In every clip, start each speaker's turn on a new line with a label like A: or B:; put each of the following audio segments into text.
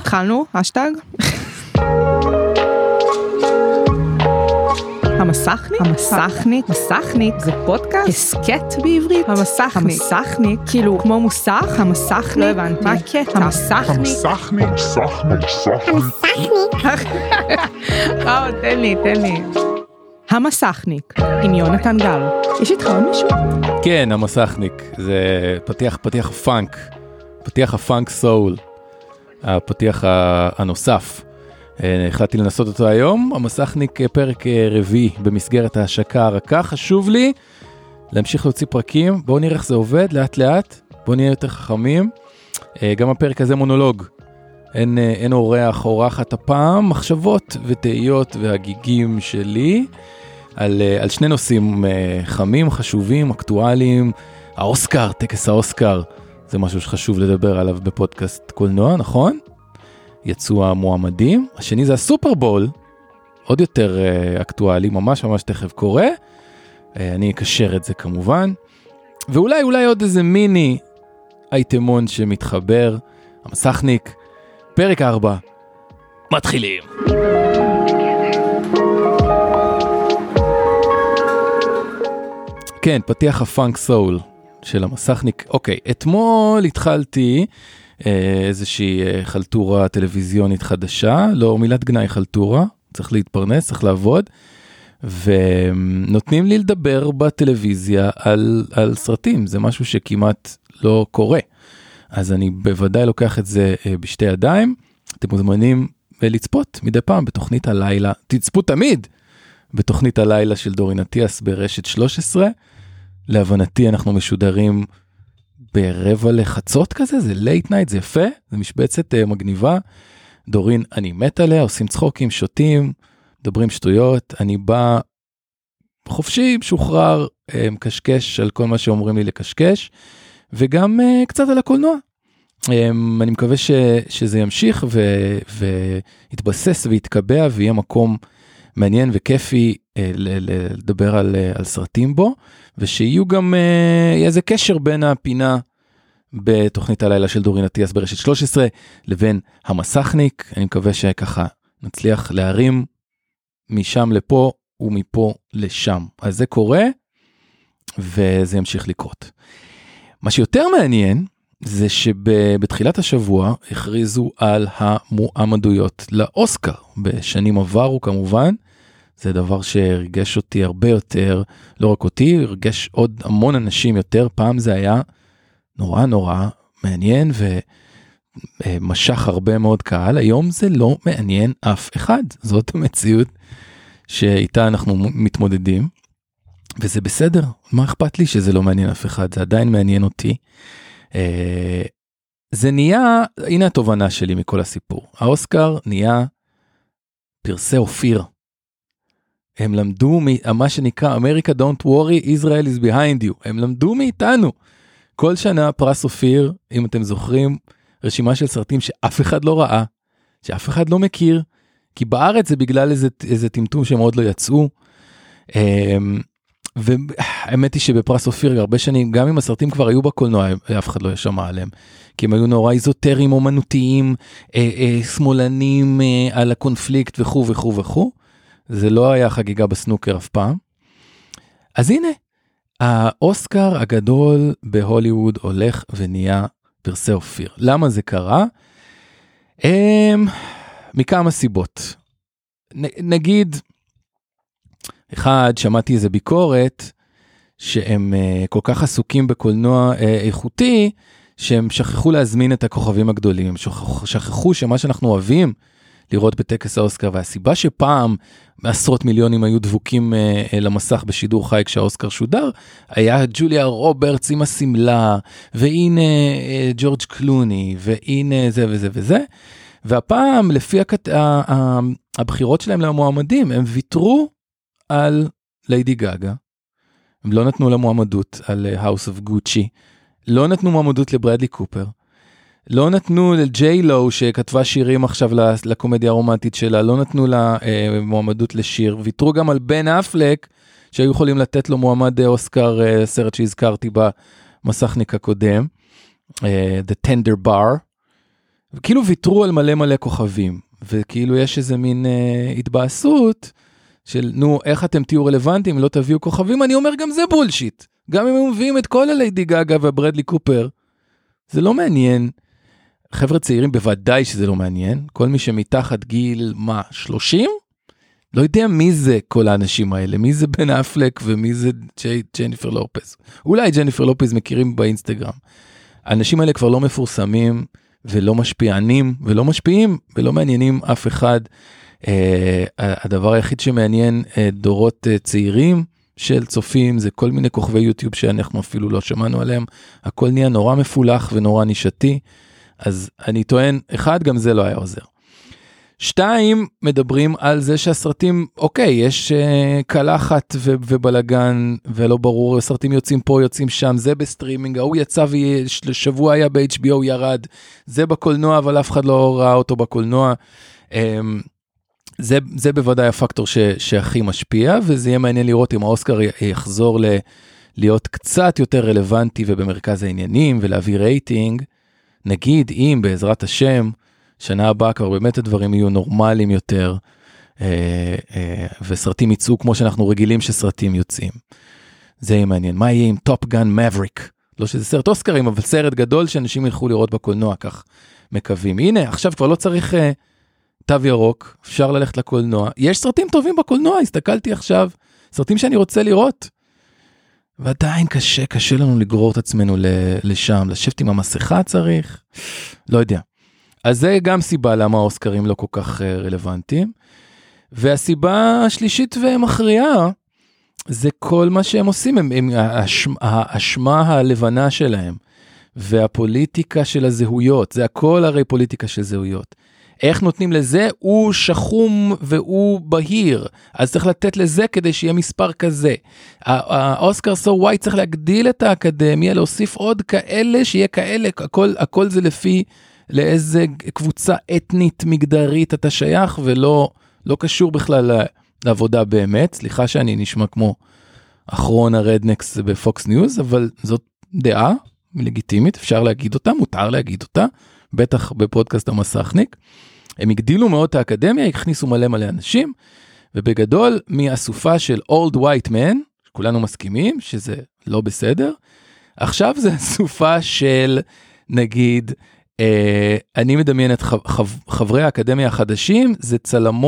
A: התחלנו, השטג. המסכניק? המסכניק? מסכניק? זה פודקאסט? הסקט בעברית? המסכניק? המסכניק? כאילו, כמו מוסך? המסכניק? לא הבנתי. מה הקטע? המסכניק?
B: המסכניק?
A: תן לי. המסכניק, עם יונתן גל. יש איתך עוד מישהו?
C: כן, המסכניק. זה פתיח הפאנק. פתיח הפאנק סול. הפתיח הנוסף. החלטתי לנסות אותו היום, המסכניק פרק רביעי במסגרת ההשקה הרכה. חשוב לי להמשיך להוציא פרקים, בואו נראה איך זה עובד לאט לאט, בואו נהיה יותר חכמים. גם הפרק הזה מונולוג, אין אורח או אורחת הפעם, מחשבות ותהיות והגיגים שלי על שני נושאים חמים, חשובים, אקטואליים. האוסקר, טקס האוסקר, זה משהו שחשוב לדבר עליו בפודקאסט קולנוע, נכון? יצאו המועמדים. השני זה הסופרבול, עוד יותר אקטואלי, ממש תכף קורה. אני אקשר את זה כמובן. ואולי עוד איזה מיני אייטמון שמתחבר. המסכניק, פרק 4. מתחילים. כן, פתיח הפאנק סול של המסכניק. אוקיי, אתמול התחלתי איזושהי חלטורה טלוויזיונית חדשה, לא מילת גנאי חלטורה, צריך להתפרנס, צריך לעבוד, ונותנים לי לדבר בטלוויזיה על סרטים, זה משהו שכמעט לא קורה, אז אני בוודאי לוקח את זה בשתי ידיים. אתם מוזמנים לצפות מדי פעם בתוכנית הלילה, תצפו תמיד בתוכנית הלילה של דורין אטיאס ברשת 13, להבנתי אנחנו משודרים ברבע לחצות כזה, זה לייט נייט, זה יפה, זה משבצת מגניבה. דורין, אני מת עליה, עושים צחוקים, שותים, מדברים שטויות, אני בא חופשי, משוחרר, מקשקש על כל מה שאומרים לי לקשקש, וגם קצת על הקולנוע. אני מקווה שזה ימשיך ויתבסס ויתקבע, ויהיה מקום מעניין וכיפי לדבר על סרטים בו, ושיהיו גם איזה קשר בין הפינה בתוכנית הלילה של דורין אטיאס ברשת 13 לבין המסכניק. אני מקווה שככה נצליח להרים משם לפה ומפה לשם. אז זה קורה וזה ימשיך לקרות. מה שיותר מעניין זה שבתחילת השבוע הכריזו על המועמדויות לאוסקר. בשנים עברו כמובן, זה דבר שהרגש אותי הרבה יותר, לא רק אותי, הרגש עוד המון אנשים יותר. פעם זה היה נורא מעניין ומשך הרבה מאוד קהל. היום זה לא מעניין אף אחד. זאת המציאות שאיתה אנחנו מתמודדים, וזה בסדר. מה אכפת לי שזה לא מעניין אף אחד? זה עדיין מעניין אותי. זה נהיה, הנה התובנה שלי מכל הסיפור. האוסקר נהיה פרסי אופיר. הם למדו מה שנקרא America don't worry, Israel is behind you. הם למדו מאיתנו. כל שנה פרס אופיר, אם אתם זוכרים, רשימה של סרטים שאף אחד לא ראה, שאף אחד לא מכיר, כי בארץ זה בגלל איזה טמטום שהם עוד לא יצאו. והאמת היא שבפרס אופיר הרבה שנים, גם אם הסרטים כבר היו בקולנוע, אף אחד לא ישמע עליהם, כי הם היו נורא איזוטריים, אומנותיים, שמאלנים על הקונפליקט וכו'. זה לא היה חגיגה בסנוקר אף פעם. אז הנה, האוסקר הגדול בהוליווד הולך ונהיה פרסי אופיר. למה זה קרה? מכמה סיבות. נגיד, אחד, שמעתי איזה ביקורת, שהם כל כך עסוקים בקולנוע איכותי, שהם שכחו להזמין את הכוכבים הגדולים, הם שכחו שמה שאנחנו אוהבים לראות בטקס האוסקר, והסיבה שפעם עשרות מיליונים היו דבוקים למסך בשידור חי כשהאוסקר שודר, היה ג'וליה רוברטס עם הסמלה, והנה ג'ורג' קלוני, והנה זה וזה וזה, והפעם לפי הבחירות שלהם למועמדים, הם ויתרו על ליידי גאגה, הם לא נתנו לה מועמדות על House of Gucci, לא נתנו מועמדות לברדלי קופר, לא נתנו לג'יי לו שכתבה שירים עכשיו לקומדיה הרומנטית שלה, לא נתנו לה מועמדות לשיר, ויתרו גם על בן אפלק, שהיו יכולים לתת לו מועמד אוסקר, סרט שהזכרתי במסכניק הקודם, The Tender Bar, וכאילו ויתרו על מלא מלא כוכבים, וכאילו יש איזה מין התבאסות, של נו, איך אתם תהיו רלוונטיים, לא תביאו כוכבים, אני אומר גם זה בולשיט. גם אם הם מביאים את כל הליידי גגה והברדלי קופר, זה לא מעניין. חבר'ה צעירים בוודאי שזה לא מעניין. כל מי שמתחת גיל, 30? לא יודע מי זה כל האנשים האלה, מי זה בן אפלק ומי זה ג'ניפר לופז. אולי ג'ניפר לופז מכירים באינסטגרם. האנשים האלה כבר לא מפורסמים ולא משפיענים ולא משפיעים ולא מעניינים אף אחד. הדבר היחיד שמעניין דורות צעירים של צופים זה כל מיני כוכבי יוטיוב שאנחנו אפילו לא שמענו עליהם. הכל נהיה נורא מפולח ונורא נישתי. אז אני טוען, אחד, גם זה לא היה עוזר. 2, מדברים על זה שהסרטים, אוקיי, יש קלחת ובלגן, ולא ברור, הסרטים יוצאים פה, יוצאים שם, זה בסטרימינג, הוא יצא ושבוע היה ב-HBO ירד, זה בקולנוע, אבל אף אחד לא ראה אותו בקולנוע. זה בוודאי הפקטור שהכי משפיע, וזה יהיה מעניין לראות אם האוסקר יחזור להיות קצת יותר רלוונטי ובמרכז העניינים, ולהביא רייטינג. נגיד אם בעזרת השם, שנה הבאה כבר באמת הדברים יהיו נורמליים יותר, וסרטים יצאו כמו שאנחנו רגילים שסרטים יוצאים. זה יהיה מעניין. מה יהיה עם טופ גן מבריק? לא שזה סרט אוסקרים, אבל סרט גדול שאנשים ילכו לראות בקולנוע, כך מקווים. הנה, עכשיו כבר לא צריך תו ירוק, אפשר ללכת לקולנוע. יש סרטים טובים בקולנוע, הסתכלתי עכשיו, סרטים שאני רוצה לראות. ועדיין קשה לנו לגרור את עצמנו לשם, לשבת עם המסכה צריך, לא יודע. אז זה גם סיבה למה האוסקרים לא כל כך רלוונטיים. והסיבה השלישית ומכריעה, זה כל מה שהם עושים, האשמה הלבנה שלהם, והפוליטיקה של הזהויות, זה הכל הרי פוליטיקה של זהויות. איך נותנים לזה? הוא שחום והוא בהיר, אז צריך לתת לזה כדי שיהיה מספר כזה. האוסקר סו ווייט צריך להגדיל את האקדמיה, להוסיף עוד כאלה, שיהיה כאלה, הכל זה לפי לאיזה קבוצה אתנית מגדרית אתה שייך, ולא קשור בכלל לעבודה באמת. סליחה שאני נשמע כמו אחרון הרדנקס בפוקס ניוז, אבל זאת דעה לגיטימית, אפשר להגיד אותה, מותר להגיד אותה, בטח בפודקאסט המסכניק. הם הגדילו מאוד את האקדמיה, הכניסו מלא אנשים, ובגדול מהסופה של old white man, כולנו מסכימים שזה לא בסדר, עכשיו זה הסופה של נגיד, אני מדמיין את חברי האקדמיה החדשים, זה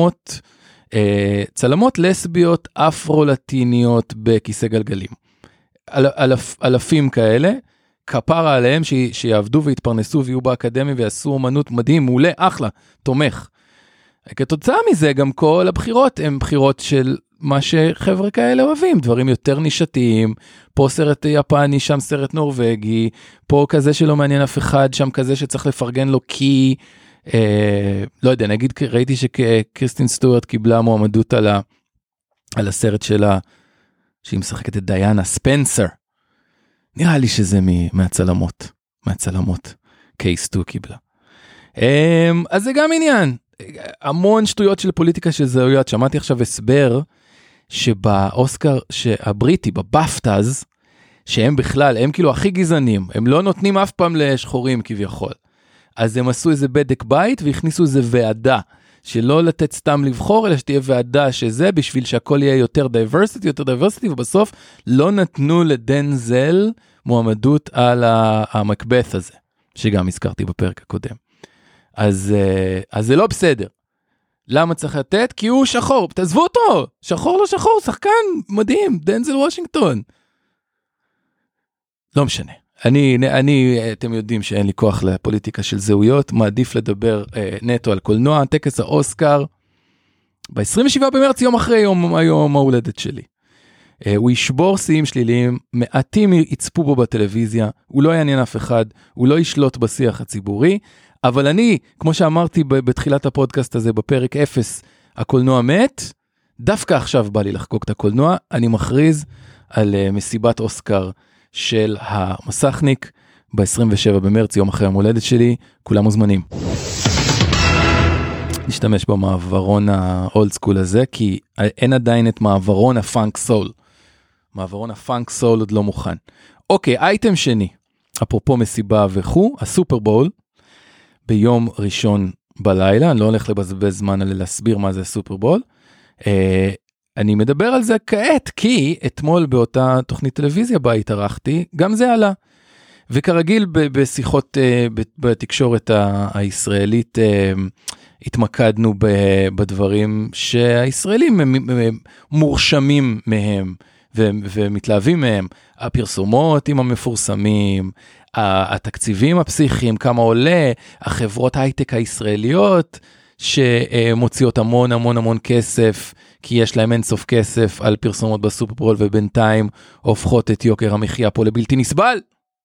C: צלמות לסביות אפרו-לטיניות בכיסא גלגלים. אלפים כאלה, כפרה עליהם שיעבדו והתפרנסו ויהיו באקדמיה ויעשו אומנות מדהים, מעולה, אחלה, תומך. כתוצאה מזה גם כל הבחירות הן בחירות של מה שחבר'ה כאלה אוהבים, דברים יותר נישתיים, פה סרט יפני, שם סרט נורווגי, פה כזה שלא מעניין אף אחד, שם כזה שצריך לפרגן לו כי, לא יודע, נגיד ראיתי שקריסטין סטוארט קיבלה מועמדות על הסרט שלה, שהיא משחקת את דיאנה ספנסר, נראה לי שזה מהצלמות, קייס 2 קיבלה. אז זה גם עניין, המון שטויות של פוליטיקה של זהויות, שמעתי עכשיו הסבר, שבאוסקר הבריטי, בבאפטאז, שהם בכלל, הם כאילו הכי גזענים, הם לא נותנים אף פעם לשחורים כביכול. אז הם עשו איזה בדק בית, והכניסו איזה ועדה, שלא לתת סתם לבחור, אלא שתהיה ועדה שזה, בשביל שהכל יהיה יותר diversity, ובסוף לא נתנו לדנזל מועמדות על המקבeth הזה, שגם הזכרתי בפרק הקודם. אז זה לא בסדר. למה צריך לתת? כי הוא שחור, תעזבו אותו, שחור לא שחור, שחקן מדהים, דנזל וושינגטון. לא משנה. אתם יודעים שאין לי כוח לפוליטיקה של זהויות, מעדיף לדבר נטו על קולנוע, טקס האוסקר, ב-27 במרץ, יום אחרי יום ההולדת שלי. הוא ישבור שיאים שליליים, מעטים יצפו בו בטלוויזיה, הוא לא יעניין אף אחד, הוא לא ישלוט בשיח הציבורי, אבל אני, כמו שאמרתי בתחילת הפודקאסט הזה, בפרק 0, הקולנוע מת, דווקא עכשיו בא לי לחגוג את הקולנוע, אני מכריז על מסיבת אוסקר של המסכניק, ב-27 במרץ, יום אחרי המולדת שלי, כולם מוזמנים. נשתמש במעברון האולד סקול הזה, כי אין עדיין את מעברון הפאנק סול. מעברון הפאנק סול עוד לא מוכן. אוקיי, אייטם שני, אפרופו מסיבה וכו', הסופרבול, ביום ראשון בלילה, אני לא הולך לבזבז זמן על להסביר מה זה סופרבול, אני מדבר על זה כעת, כי אתמול באותה תוכנית טלוויזיה בה התארחתי, גם זה עלה. וכרגיל בשיחות בתקשורת הישראלית, התמקדנו בדברים שהישראלים מורשמים מהם, ומתלהבים מהם, הפרסומות עם המפורסמים, התקציבים הפסיכיים, כמה עולה, החברות הייטק הישראליות, שמוציאות המון המון המון כסף, כי יש להם אינסוף כסף על פרסומות בסופרבול, ובינתיים הופכות את יוקר המחיה פה לבלתי נסבל.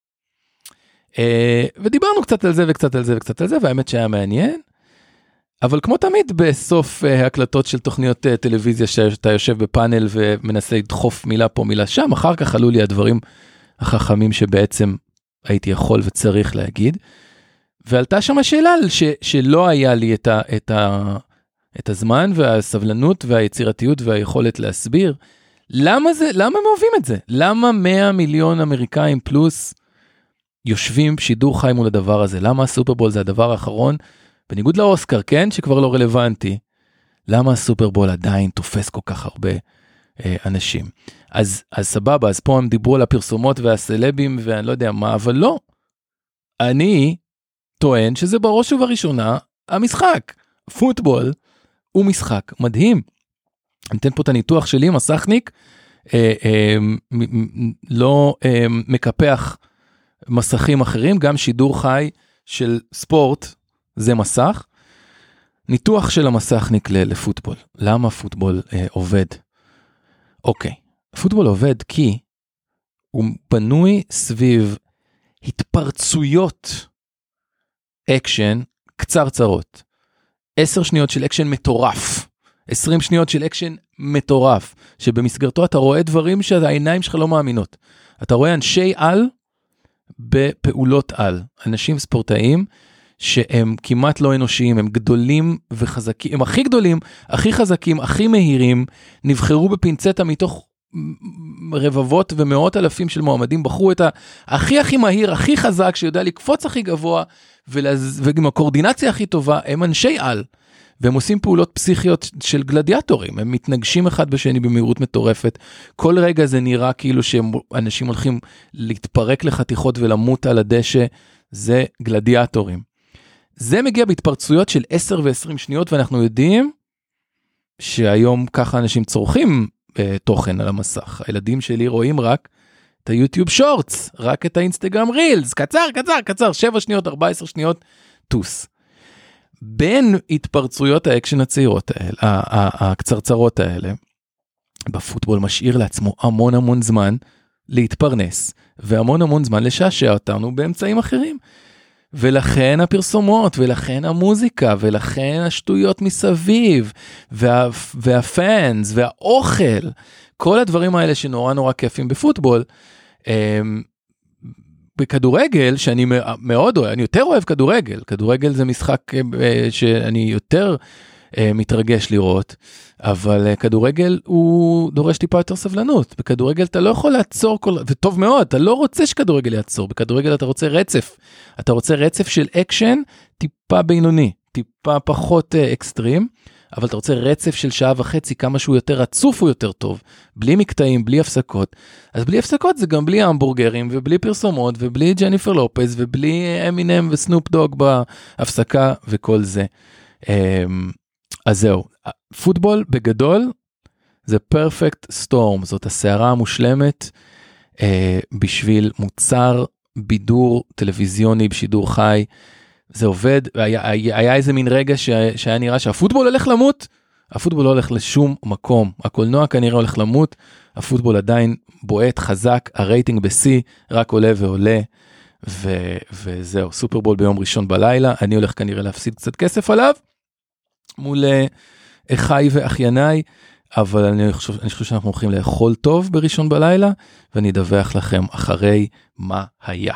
C: ודיברנו קצת על זה וקצת על זה וקצת על זה, והאמת שהיה מעניין. אבל כמו תמיד בסוף הקלטות של תוכניות טלוויזיה, שאתה יושב בפאנל ומנסה לדחוף מילה פה מילה שם, אחר כך עלו לי הדברים החכמים שבעצם הייתי יכול וצריך להגיד. ועלתה שם השאלה שלא היה לי את הזמן והסבלנות והיצירתיות והיכולת להסביר. למה הם אוהבים את זה? למה 100 מיליון אמריקאים פלוס יושבים שידור חי מול הדבר הזה? למה הסופרבול זה הדבר האחרון? בניגוד לאוסקר, כן, שכבר לא רלוונטי. למה הסופרבול עדיין תופס כל כך הרבה אנשים? אז סבבה, אז פה הם דיברו על הפרסומות והסלבים ואני לא יודע מה, אבל לא. אני טוען שזה בראש ובראשונה המשחק. פוטבול הוא משחק מדהים. אני אתן פה את הניתוח שלי, מסכניק, לא מקפח מסכים אחרים, גם שידור חי של ספורט, זה מסך. ניתוח של המסכניק לפוטבול. למה פוטבול עובד? אוקיי, פוטבול עובד כי הוא בנוי סביב התפרצויות אקשן קצרצרות. 10 שניות של אקשן מטורף. 20 שניות של אקשן מטורף. שבמסגרתו אתה רואה דברים שהעיניים שלך לא מאמינות. אתה רואה אנשי על בפעולות על. אנשים ספורטאים שהם כמעט לא אנושיים, הם גדולים וחזקים, הם הכי גדולים, הכי חזקים, הכי מהירים, נבחרו בפינצטה מתוך רבבות ומאות אלפים של מועמדים, בחרו את הכי מהיר, הכי חזק, שיודע לקפוץ הכי גבוה, ועם הקורדינציה הכי טובה, הם אנשי על, והם עושים פעולות פסיכיות של גלדיאטורים, הם מתנגשים אחד בשני במהירות מטורפת, כל רגע זה נראה כאילו שאנשים הולכים להתפרק לחתיכות ולמות על הדשא, זה גלדיאטורים. זה מגיע בהתפרצויות של 10 ו-20 שניות, ואנחנו יודעים שהיום ככה אנשים צורכים תוכן על המסך. הילדים שלי רואים רק את היוטיוב שורטס, רק את האינסטגרם רילס, קצר, 7 שניות, 14 שניות, טוס. בין התפרצויות האקשן הצעירות האלה, הקצרצרות האלה, בפוטבול משאיר לעצמו המון המון זמן להתפרנס, והמון המון זמן לשעשע אותנו באמצעים אחרים. ולכן הפרסומות, ולכן המוזיקה, ולכן השטויות מסביב, והפאנס, והאוכל, כל הדברים האלה שנורא נורא כיפים בפוטבול, בכדורגל, שאני מאוד אוהב, אני יותר אוהב כדורגל, כדורגל זה משחק שאני יותר מתרגש לראות, אבל כדורגל הוא דורש טיפה יותר סבלנות, בכדורגל אתה לא יכול לעצור, וטוב מאוד, אתה לא רוצה שכדורגל יעצור, בכדורגל אתה רוצה רצף, אתה רוצה רצף של אקשן, טיפה בינוני, טיפה פחות אקסטרים, אבל אתה רוצה רצף של 1.5 שעה, כמה שהוא יותר רצוף הוא יותר טוב, בלי מקטעים, בלי הפסקות, אז בלי הפסקות זה גם בלי המבורגרים, ובלי פרסומות, ובלי ג'ניפר לופז, ובלי אמינם וסנופ דוג בהפסקה וכל זה. אז זהו, פוטבול בגדול זה פרפקט סטורם, זאת הסערה המושלמת בשביל מוצר בידור טלוויזיוני בשידור חי, זה עובד, היה איזה מין רגע שהיה נראה שהפוטבול הולך למות, הפוטבול לא הולך לשום מקום, הקולנוע כנראה הולך למות, הפוטבול עדיין בועט חזק, הרייטינג ב-C רק עולה ועולה, וזהו, סופרבול ביום ראשון בלילה, אני הולך כנראה להפסיד קצת כסף עליו, מול אחי ואחייניי, אבל אני חושב שאנחנו הולכים לאכול טוב בראשון בלילה, ואני אדווח לכם אחרי מה היה.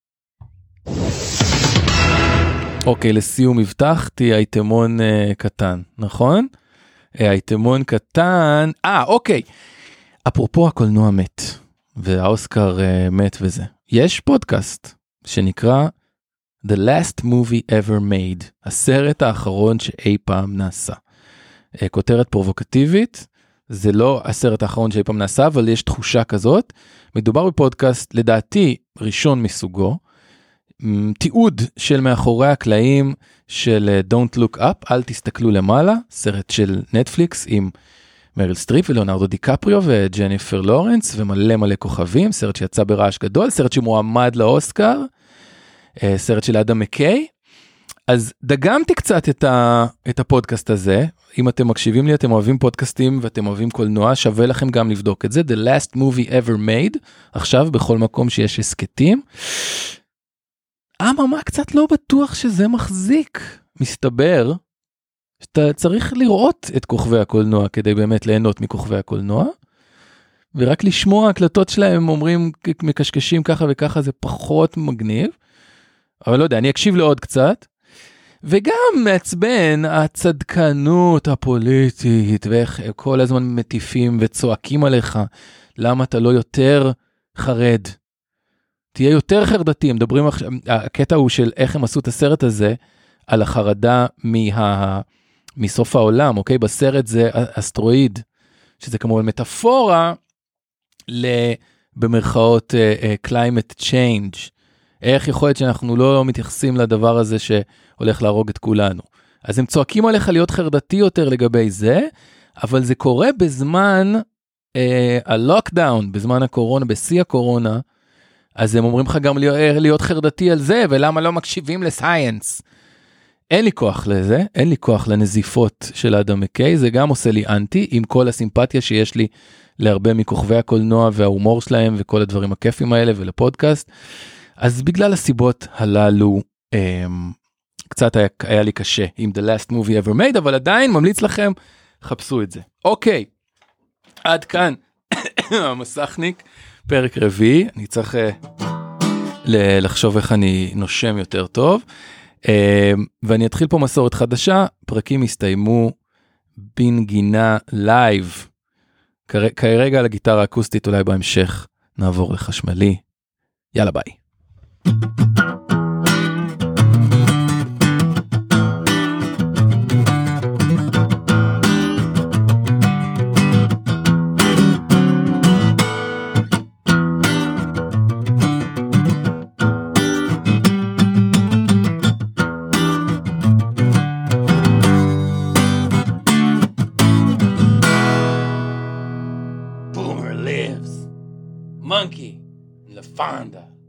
C: אוקיי, לסיום הבטחתי אייטמון קטן, נכון? אייטמון קטן, אוקיי. אפרופו הקולנוע מת, והאוסקר מת וזה. יש פודקאסט שנקרא The Last Movie Ever Made, הסרט האחרון שאי פעם נעשה. כותרת פרובוקטיבית, זה לא הסרט האחרון שאי פעם נעשה, אבל יש תחושה כזאת. מדובר בפודקאסט, לדעתי, ראשון מסוגו, תיעוד של מאחורי הקלעים של Don't Look Up, אל תסתכלו למעלה, סרט של נטפליקס עם מריל סטריפ ולאונרדו דיקפריו וג'ניפר לורנס ומלא מלא כוכבים, סרט שיצא ברעש גדול, סרט שמועמד לאוסקר, סרט של אדם מקיי. אז דגמתי קצת את הפודקאסט הזה, אם אתם מקשיבים לי, אתם אוהבים פודקאסטים ואתם אוהבים קולנוע, שווה לכם גם לבדוק את זה, The Last Movie Ever Made, עכשיו בכל מקום שיש הסקטים. מה קצת לא בטוח שזה מחזיק, מסתבר, שאתה צריך לראות את כוכבי הקולנוע, כדי באמת ליהנות מכוכבי הקולנוע, ורק לשמוע הקלטות שלהם אומרים, מקשקשים ככה וככה, זה פחות מגניב, אבל לא יודע, אני אקשיב לעוד קצת, וגם מעצבן הצדקנות הפוליטית, ואיך כל הזמן מטיפים וצועקים עליך, למה אתה לא יותר חרד, תהיה יותר חרדתי, מדברים עכשיו, הקטע הוא של איך הם עשו את הסרט הזה, על החרדה מסוף העולם, אוקיי? בסרט זה אסטרואיד, שזה כמובן מטאפורה, במרכאות climate change, איך יכול להיות שאנחנו לא מתייחסים לדבר הזה שהולך להרוג את כולנו. אז הם צועקים עליך להיות חרדתי יותר לגבי זה, אבל זה קורה בזמן הלוקדאון, בזמן הקורונה, בשיא הקורונה, אז הם אומרים לך גם להיות חרדתי על זה, ולמה לא מקשיבים לסייאנס. אין לי כוח לזה, אין לי כוח לנזיפות של אדם מקיי, זה גם עושה לי אנטי, עם כל הסימפתיה שיש לי להרבה מכוכבי הקולנוע וההומור שלהם, וכל הדברים הכיפים האלה, ולפודקאסט. אז בגלל הסיבות הללו, קצת היה לי קשה עם The Last Movie Ever Made, אבל עדיין ממליץ לכם, חפשו את זה. אוקיי, עד כאן, המסכניק, פרק רביעי, אני צריך לחשוב איך אני נושם יותר טוב, ואני אתחיל פה מסורת חדשה, פרקים הסתיימו בנגינה לייב, כרגע על הגיטרה האקוסטית, אולי בהמשך נעבור לחשמלי, יאללה ביי. Monkey, La Fonda.